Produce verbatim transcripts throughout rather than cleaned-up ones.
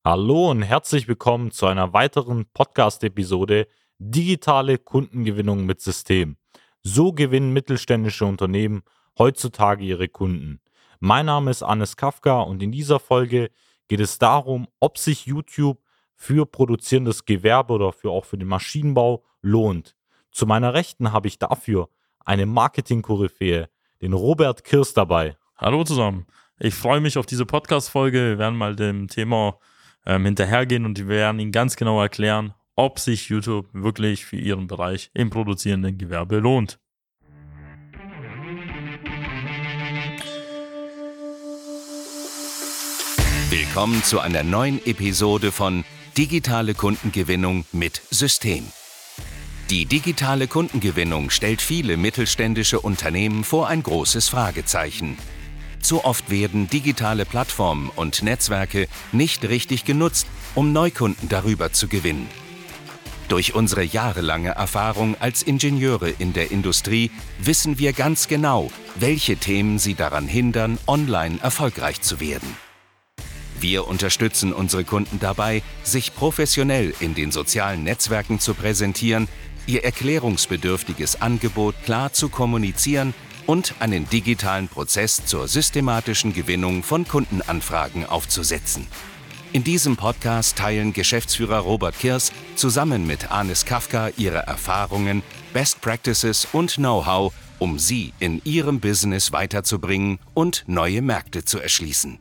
Hallo und herzlich willkommen zu einer weiteren Podcast-Episode Digitale Kundengewinnung mit System. So gewinnen mittelständische Unternehmen heutzutage ihre Kunden. Mein Name ist Hannes Kafka und in dieser Folge geht es darum, ob sich YouTube für produzierendes Gewerbe oder für auch für den Maschinenbau lohnt. Zu meiner Rechten habe ich dafür eine Marketing-Koryphäe, den Robert Kirs dabei. Hallo zusammen. Ich freue mich auf diese Podcast-Folge. Wir werden mal dem Thema ähm, hinterhergehen und wir werden Ihnen ganz genau erklären, ob sich YouTube wirklich für Ihren Bereich im produzierenden Gewerbe lohnt. Willkommen zu einer neuen Episode von Digitale Kundengewinnung mit System. Die digitale Kundengewinnung stellt viele mittelständische Unternehmen vor ein großes Fragezeichen. Zu oft werden digitale Plattformen und Netzwerke nicht richtig genutzt, um Neukunden darüber zu gewinnen. Durch unsere jahrelange Erfahrung als Ingenieure in der Industrie wissen wir ganz genau, welche Themen sie daran hindern, online erfolgreich zu werden. Wir unterstützen unsere Kunden dabei, sich professionell in den sozialen Netzwerken zu präsentieren, ihr erklärungsbedürftiges Angebot klar zu kommunizieren und einen digitalen Prozess zur systematischen Gewinnung von Kundenanfragen aufzusetzen. In diesem Podcast teilen Geschäftsführer Robert Kirs zusammen mit Hannes Kafka ihre Erfahrungen, Best Practices und Know-how, um sie in ihrem Business weiterzubringen und neue Märkte zu erschließen.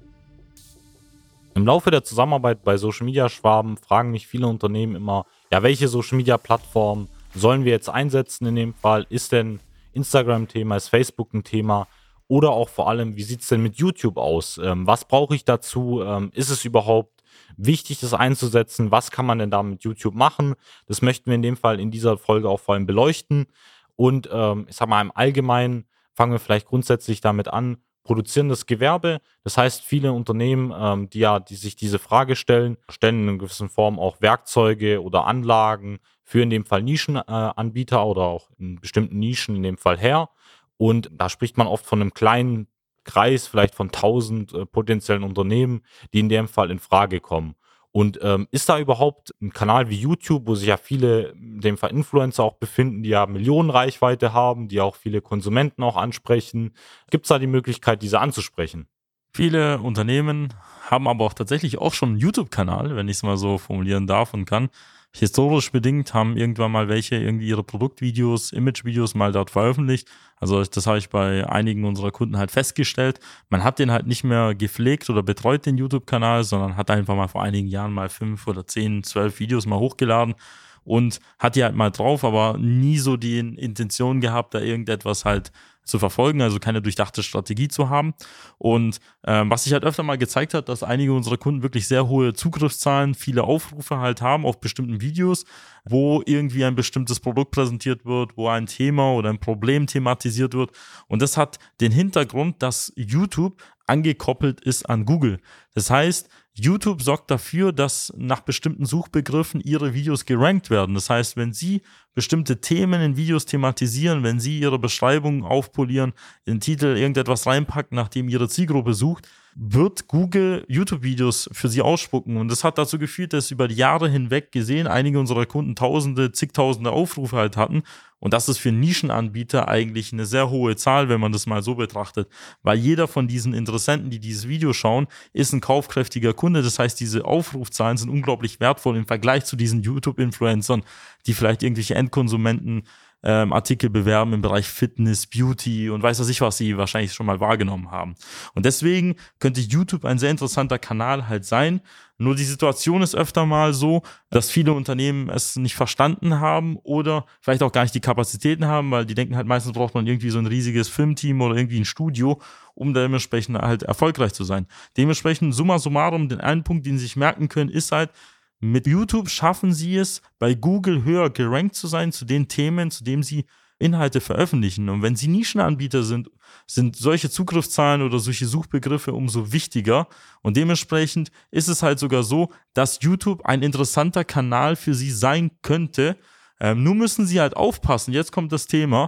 Im Laufe der Zusammenarbeit bei Social Media Schwaben fragen mich viele Unternehmen immer, ja, welche Social Media Plattform sollen wir jetzt einsetzen in dem Fall? Ist denn Instagram ein Thema, ist Facebook ein Thema? Oder auch vor allem, wie sieht es denn mit YouTube aus? Ähm, was brauche ich dazu? Ähm, ist es überhaupt wichtig, das einzusetzen? Was kann man denn da mit YouTube machen? Das möchten wir in dem Fall in dieser Folge auch vor allem beleuchten. Und ähm, ich sag mal, im Allgemeinen fangen wir vielleicht grundsätzlich damit an, produzierendes Gewerbe. Das heißt, viele Unternehmen, ähm, die ja, die sich diese Frage stellen, stellen in einer gewissen Form auch Werkzeuge oder Anlagen für in dem Fall Nischenanbieter äh, oder auch in bestimmten Nischen in dem Fall her. Und da spricht man oft von einem kleinen Kreis, vielleicht von tausend äh, potenziellen Unternehmen, die in dem Fall in Frage kommen. Und ähm, ist da überhaupt ein Kanal wie YouTube, wo sich ja viele, in dem Fall Influencer auch befinden, die ja Millionen Reichweite haben, die auch viele Konsumenten auch ansprechen, gibt es da die Möglichkeit, diese anzusprechen? Viele Unternehmen haben aber auch tatsächlich auch schon einen YouTube-Kanal, wenn ich es mal so formulieren darf und kann. Historisch bedingt haben irgendwann mal welche irgendwie ihre Produktvideos, Imagevideos mal dort veröffentlicht. Also das habe ich bei einigen unserer Kunden halt festgestellt. Man hat den halt nicht mehr gepflegt oder betreut, den YouTube-Kanal, sondern hat einfach mal vor einigen Jahren mal fünf oder zehn, zwölf Videos mal hochgeladen und hat die halt mal drauf, aber nie so die Intention gehabt, da irgendetwas halt zu verfolgen, also keine durchdachte Strategie zu haben. Und ähm, was sich halt öfter mal gezeigt hat, dass einige unserer Kunden wirklich sehr hohe Zugriffszahlen, viele Aufrufe halt haben auf bestimmten Videos, wo irgendwie ein bestimmtes Produkt präsentiert wird, wo ein Thema oder ein Problem thematisiert wird. Und das hat den Hintergrund, dass YouTube angekoppelt ist an Google. Das heißt, YouTube sorgt dafür, dass nach bestimmten Suchbegriffen ihre Videos gerankt werden. Das heißt, wenn Sie bestimmte Themen in Videos thematisieren, wenn Sie Ihre Beschreibung aufpolieren, in den Titel irgendetwas reinpacken, nachdem Ihre Zielgruppe sucht, wird Google YouTube-Videos für Sie ausspucken. Und das hat dazu geführt, dass über die Jahre hinweg gesehen einige unserer Kunden Tausende, zigtausende Aufrufe halt hatten. Und das ist für Nischenanbieter eigentlich eine sehr hohe Zahl, wenn man das mal so betrachtet. Weil jeder von diesen Interessenten, die dieses Video schauen, ist ein kaufkräftiger Kunde. Das heißt, diese Aufrufzahlen sind unglaublich wertvoll im Vergleich zu diesen YouTube-Influencern, die vielleicht irgendwelche Endkonsumenten Ähm, Artikel bewerben im Bereich Fitness, Beauty und weiß was ich, was sie wahrscheinlich schon mal wahrgenommen haben. Und deswegen könnte YouTube ein sehr interessanter Kanal halt sein. Nur die Situation ist öfter mal so, dass viele Unternehmen es nicht verstanden haben oder vielleicht auch gar nicht die Kapazitäten haben, weil die denken halt, meistens braucht man irgendwie so ein riesiges Filmteam oder irgendwie ein Studio, um dementsprechend halt erfolgreich zu sein. Dementsprechend summa summarum, den einen Punkt, den sie sich merken können, ist halt, mit YouTube schaffen sie es, bei Google höher gerankt zu sein zu den Themen, zu denen sie Inhalte veröffentlichen. Und wenn sie Nischenanbieter sind, sind solche Zugriffszahlen oder solche Suchbegriffe umso wichtiger. Und dementsprechend ist es halt sogar so, dass YouTube ein interessanter Kanal für sie sein könnte. Ähm, nur müssen sie halt aufpassen. Jetzt kommt das Thema,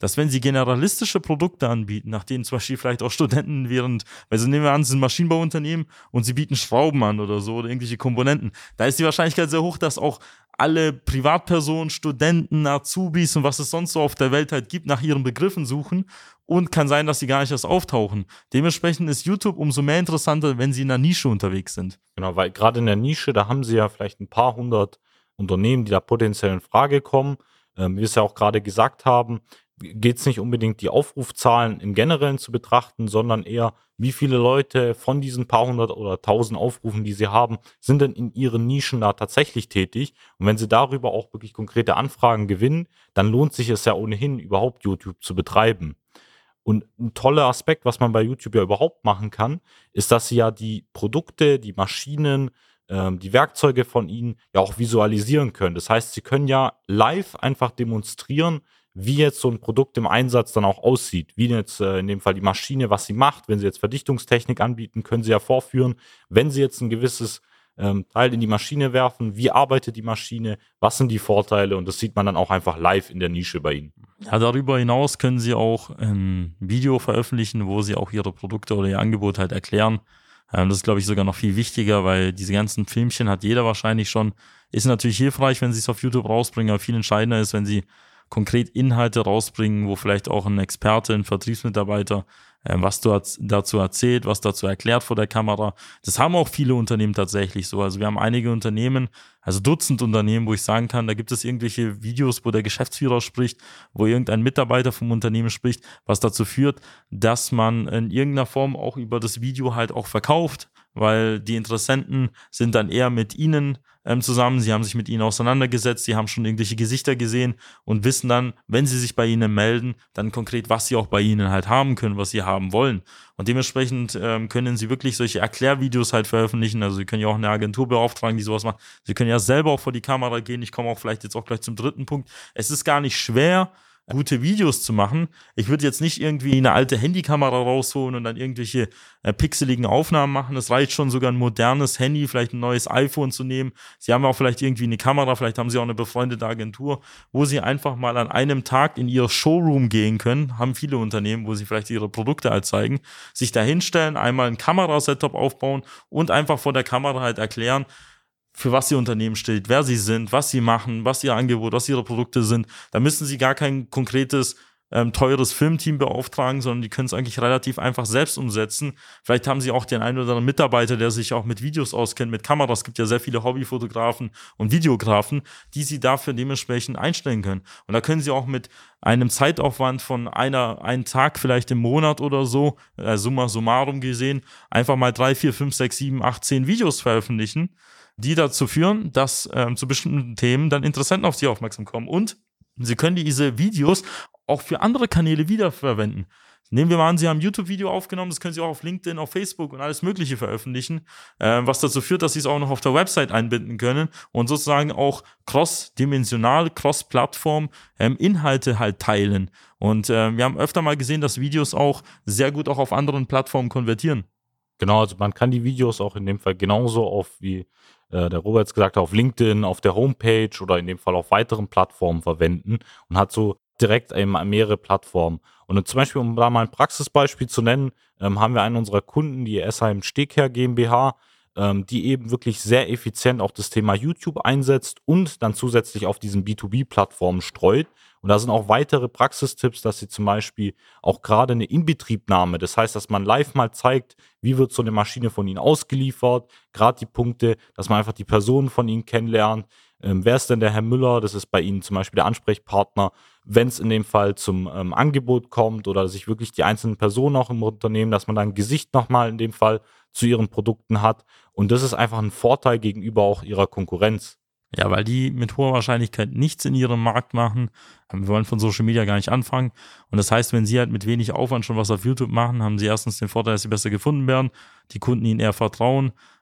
dass wenn sie generalistische Produkte anbieten, nach denen zum Beispiel vielleicht auch Studenten während, also nehmen wir an, sie sind ein Maschinenbauunternehmen und sie bieten Schrauben an oder so oder irgendwelche Komponenten, da ist die Wahrscheinlichkeit sehr hoch, dass auch alle Privatpersonen, Studenten, Azubis und was es sonst so auf der Welt halt gibt, nach ihren Begriffen suchen und kann sein, dass sie gar nicht erst auftauchen. Dementsprechend ist YouTube umso mehr interessanter, wenn sie in der Nische unterwegs sind. Genau, weil gerade in der Nische, da haben sie ja vielleicht ein paar hundert Unternehmen, die da potenziell in Frage kommen. Ähm, wie wir es ja auch gerade gesagt haben, geht es nicht unbedingt die Aufrufzahlen im Generellen zu betrachten, sondern eher, wie viele Leute von diesen paar hundert oder tausend Aufrufen, die sie haben, sind denn in ihren Nischen da tatsächlich tätig. Und wenn sie darüber auch wirklich konkrete Anfragen gewinnen, dann lohnt sich es ja ohnehin, überhaupt YouTube zu betreiben. Und ein toller Aspekt, was man bei YouTube ja überhaupt machen kann, ist, dass sie ja die Produkte, die Maschinen, ähm, die Werkzeuge von ihnen ja auch visualisieren können. Das heißt, sie können ja live einfach demonstrieren, wie jetzt so ein Produkt im Einsatz dann auch aussieht. Wie jetzt äh, in dem Fall die Maschine, was sie macht. Wenn sie jetzt Verdichtungstechnik anbieten, können sie ja vorführen, wenn sie jetzt ein gewisses ähm, Teil in die Maschine werfen, wie arbeitet die Maschine, was sind die Vorteile, und das sieht man dann auch einfach live in der Nische bei ihnen. Ja, darüber hinaus können sie auch ein Video veröffentlichen, wo sie auch ihre Produkte oder ihr Angebot halt erklären. Ähm, das ist, glaube ich, sogar noch viel wichtiger, weil diese ganzen Filmchen hat jeder wahrscheinlich schon. Ist natürlich hilfreich, wenn sie es auf YouTube rausbringen, aber viel entscheidender ist, wenn sie konkret Inhalte rausbringen, wo vielleicht auch ein Experte, ein Vertriebsmitarbeiter äh, was du dazu erzählt, was dazu erklärt vor der Kamera. Das haben auch viele Unternehmen tatsächlich so. Also wir haben einige Unternehmen, also Dutzend Unternehmen, wo ich sagen kann, da gibt es irgendwelche Videos, wo der Geschäftsführer spricht, wo irgendein Mitarbeiter vom Unternehmen spricht, was dazu führt, dass man in irgendeiner Form auch über das Video halt auch verkauft, weil die Interessenten sind dann eher mit ihnen ähm, zusammen, sie haben sich mit ihnen auseinandergesetzt, sie haben schon irgendwelche Gesichter gesehen und wissen dann, wenn sie sich bei ihnen melden, dann konkret, was sie auch bei ihnen halt haben können, was sie haben wollen. Und dementsprechend ähm, können sie wirklich solche Erklärvideos halt veröffentlichen, also sie können ja auch eine Agentur beauftragen, die sowas macht, sie können ja selber auch vor die Kamera gehen, ich komme auch vielleicht jetzt auch gleich zum dritten Punkt, es ist gar nicht schwer, gute Videos zu machen. Ich würde jetzt nicht irgendwie eine alte Handykamera rausholen und dann irgendwelche äh, pixeligen Aufnahmen machen. Es reicht schon, sogar ein modernes Handy, vielleicht ein neues iPhone zu nehmen. Sie haben auch vielleicht irgendwie eine Kamera, vielleicht haben Sie auch eine befreundete Agentur, wo Sie einfach mal an einem Tag in Ihr Showroom gehen können. Haben viele Unternehmen, wo Sie vielleicht Ihre Produkte halt zeigen. Sich da hinstellen, einmal ein Kamerasetup aufbauen und einfach vor der Kamera halt erklären, für was Ihr Unternehmen steht, wer Sie sind, was Sie machen, was Ihr Angebot, was Ihre Produkte sind. Da müssen Sie gar kein konkretes, ähm, teures Filmteam beauftragen, sondern die können es eigentlich relativ einfach selbst umsetzen. Vielleicht haben Sie auch den einen oder anderen Mitarbeiter, der sich auch mit Videos auskennt, mit Kameras. Es gibt ja sehr viele Hobbyfotografen und Videografen, die Sie dafür dementsprechend einstellen können. Und da können Sie auch mit einem Zeitaufwand von einer, einen Tag vielleicht im Monat oder so, äh, summa summarum gesehen, einfach mal drei, vier, fünf, sechs, sieben, acht, zehn Videos veröffentlichen, die dazu führen, dass ähm, zu bestimmten Themen dann Interessenten auf sie aufmerksam kommen. Und Sie können diese Videos auch für andere Kanäle wiederverwenden. Nehmen wir mal an, Sie haben ein YouTube-Video aufgenommen, das können Sie auch auf LinkedIn, auf Facebook und alles Mögliche veröffentlichen, äh, was dazu führt, dass Sie es auch noch auf der Website einbinden können und sozusagen auch cross-dimensional, cross-Plattform ähm, Inhalte halt teilen. Und äh, wir haben öfter mal gesehen, dass Videos auch sehr gut auch auf anderen Plattformen konvertieren. Genau, also man kann die Videos auch in dem Fall genauso auf, wie äh, der Robert es gesagt hat, auf LinkedIn, auf der Homepage oder in dem Fall auf weiteren Plattformen verwenden und hat so direkt eben mehrere Plattformen. Und zum Beispiel, um da mal ein Praxisbeispiel zu nennen, ähm, haben wir einen unserer Kunden, die S H M Stegherr GmbH, ähm, die eben wirklich sehr effizient auch das Thema YouTube einsetzt und dann zusätzlich auf diesen B zwei B-Plattformen streut. Und da sind auch weitere Praxistipps, dass sie zum Beispiel auch gerade eine Inbetriebnahme, das heißt, dass man live mal zeigt, wie wird so eine Maschine von ihnen ausgeliefert, gerade die Punkte, dass man einfach die Personen von ihnen kennenlernt. Ähm, wer ist denn der Herr Müller? Das ist bei Ihnen zum Beispiel der Ansprechpartner, wenn es in dem Fall zum ähm, Angebot kommt oder sich wirklich die einzelnen Personen auch im Unternehmen, dass man dann ein Gesicht nochmal in dem Fall zu ihren Produkten hat. Und das ist einfach ein Vorteil gegenüber auch ihrer Konkurrenz. Ja, weil die mit hoher Wahrscheinlichkeit nichts in ihrem Markt machen. Wir wollen von Social Media gar nicht anfangen. Und das heißt, wenn sie halt mit wenig Aufwand schon was auf YouTube machen, haben sie erstens den Vorteil, dass sie besser gefunden werden, die Kunden ihnen eher vertrauen.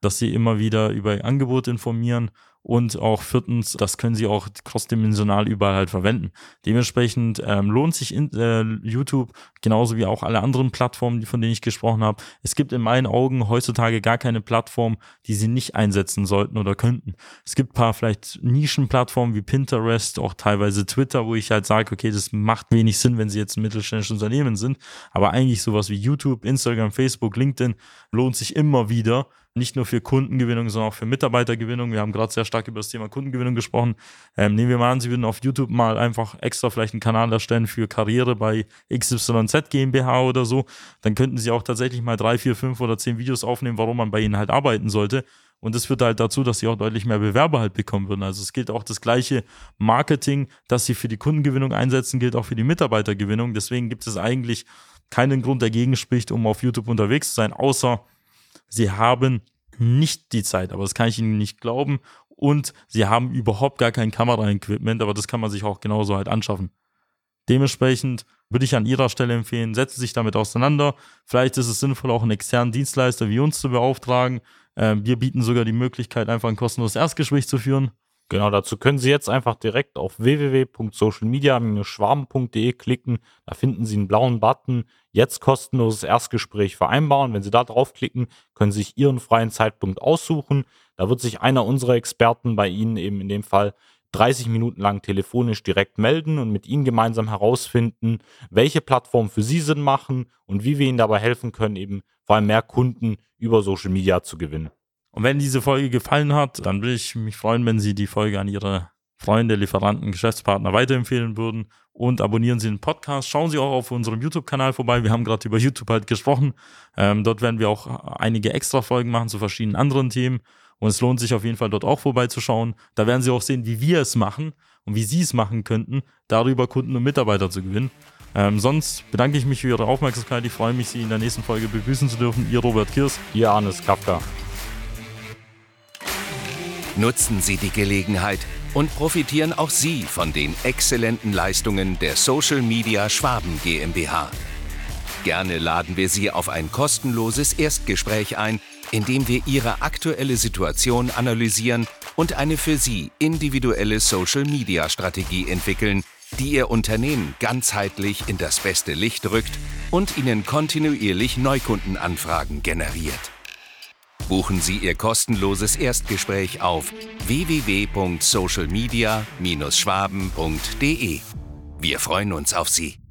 dass sie immer wieder über ihr Angebot informieren. Und auch viertens, das können sie auch crossdimensional überall halt verwenden. Dementsprechend ähm, lohnt sich in, äh, YouTube genauso wie auch alle anderen Plattformen, von denen ich gesprochen habe. Es gibt in meinen Augen heutzutage gar keine Plattform, die sie nicht einsetzen sollten oder könnten. Es gibt ein paar vielleicht Nischenplattformen wie Pinterest, auch teilweise Twitter, wo ich halt sage, okay, das macht wenig Sinn, wenn sie jetzt ein mittelständisches Unternehmen sind. Aber eigentlich sowas wie YouTube, Instagram, Facebook, LinkedIn lohnt sich immer wieder. Nicht nur für Kundengewinnung, sondern auch für Mitarbeitergewinnung. Wir haben gerade sehr stark über das Thema Kundengewinnung gesprochen. Ähm, nehmen wir mal an, Sie würden auf YouTube mal einfach extra vielleicht einen Kanal erstellen für Karriere bei X Y Z GmbH oder so. Dann könnten Sie auch tatsächlich mal drei, vier, fünf oder zehn Videos aufnehmen, warum man bei Ihnen halt arbeiten sollte. Und das führt halt dazu, dass Sie auch deutlich mehr Bewerber halt bekommen würden. Also es gilt auch das gleiche Marketing, das Sie für die Kundengewinnung einsetzen, gilt auch für die Mitarbeitergewinnung. Deswegen gibt es eigentlich keinen Grund, der dagegen spricht, um auf YouTube unterwegs zu sein, außer Sie haben nicht die Zeit, aber das kann ich Ihnen nicht glauben. Und sie haben überhaupt gar kein Kamera-Equipment, aber das kann man sich auch genauso halt anschaffen. Dementsprechend würde ich an Ihrer Stelle empfehlen, setzen Sie sich damit auseinander. Vielleicht ist es sinnvoll, auch einen externen Dienstleister wie uns zu beauftragen. Wir bieten sogar die Möglichkeit, einfach ein kostenloses Erstgespräch zu führen. Genau, dazu können Sie jetzt einfach direkt auf w w w punkt social media dash schwaben punkt d e klicken. Da finden Sie einen blauen Button, jetzt kostenloses Erstgespräch vereinbaren. Wenn Sie da draufklicken, können Sie sich Ihren freien Zeitpunkt aussuchen. Da wird sich einer unserer Experten bei Ihnen eben in dem Fall dreißig Minuten lang telefonisch direkt melden und mit Ihnen gemeinsam herausfinden, welche Plattformen für Sie Sinn machen und wie wir Ihnen dabei helfen können, eben vor allem mehr Kunden über Social Media zu gewinnen. Und wenn diese Folge gefallen hat, dann würde ich mich freuen, wenn Sie die Folge an Ihre Freunde, Lieferanten, Geschäftspartner weiterempfehlen würden und abonnieren Sie den Podcast. Schauen Sie auch auf unserem YouTube-Kanal vorbei. Wir haben gerade über YouTube halt gesprochen. Ähm, dort werden wir auch einige extra Folgen machen zu verschiedenen anderen Themen. Und es lohnt sich auf jeden Fall, dort auch vorbeizuschauen. Da werden Sie auch sehen, wie wir es machen und wie Sie es machen könnten, darüber Kunden und Mitarbeiter zu gewinnen. Ähm, sonst bedanke ich mich für Ihre Aufmerksamkeit. Ich freue mich, Sie in der nächsten Folge begrüßen zu dürfen. Ihr Robert Kirs. Ihr Arnes Kafka. Nutzen Sie die Gelegenheit und profitieren auch Sie von den exzellenten Leistungen der Social Media Schwaben GmbH. Gerne laden wir Sie auf ein kostenloses Erstgespräch ein, in dem wir Ihre aktuelle Situation analysieren und eine für Sie individuelle Social Media Strategie entwickeln, die Ihr Unternehmen ganzheitlich in das beste Licht rückt und Ihnen kontinuierlich Neukundenanfragen generiert. Buchen Sie Ihr kostenloses Erstgespräch auf w w w punkt social media dash schwaben punkt d e. Wir freuen uns auf Sie.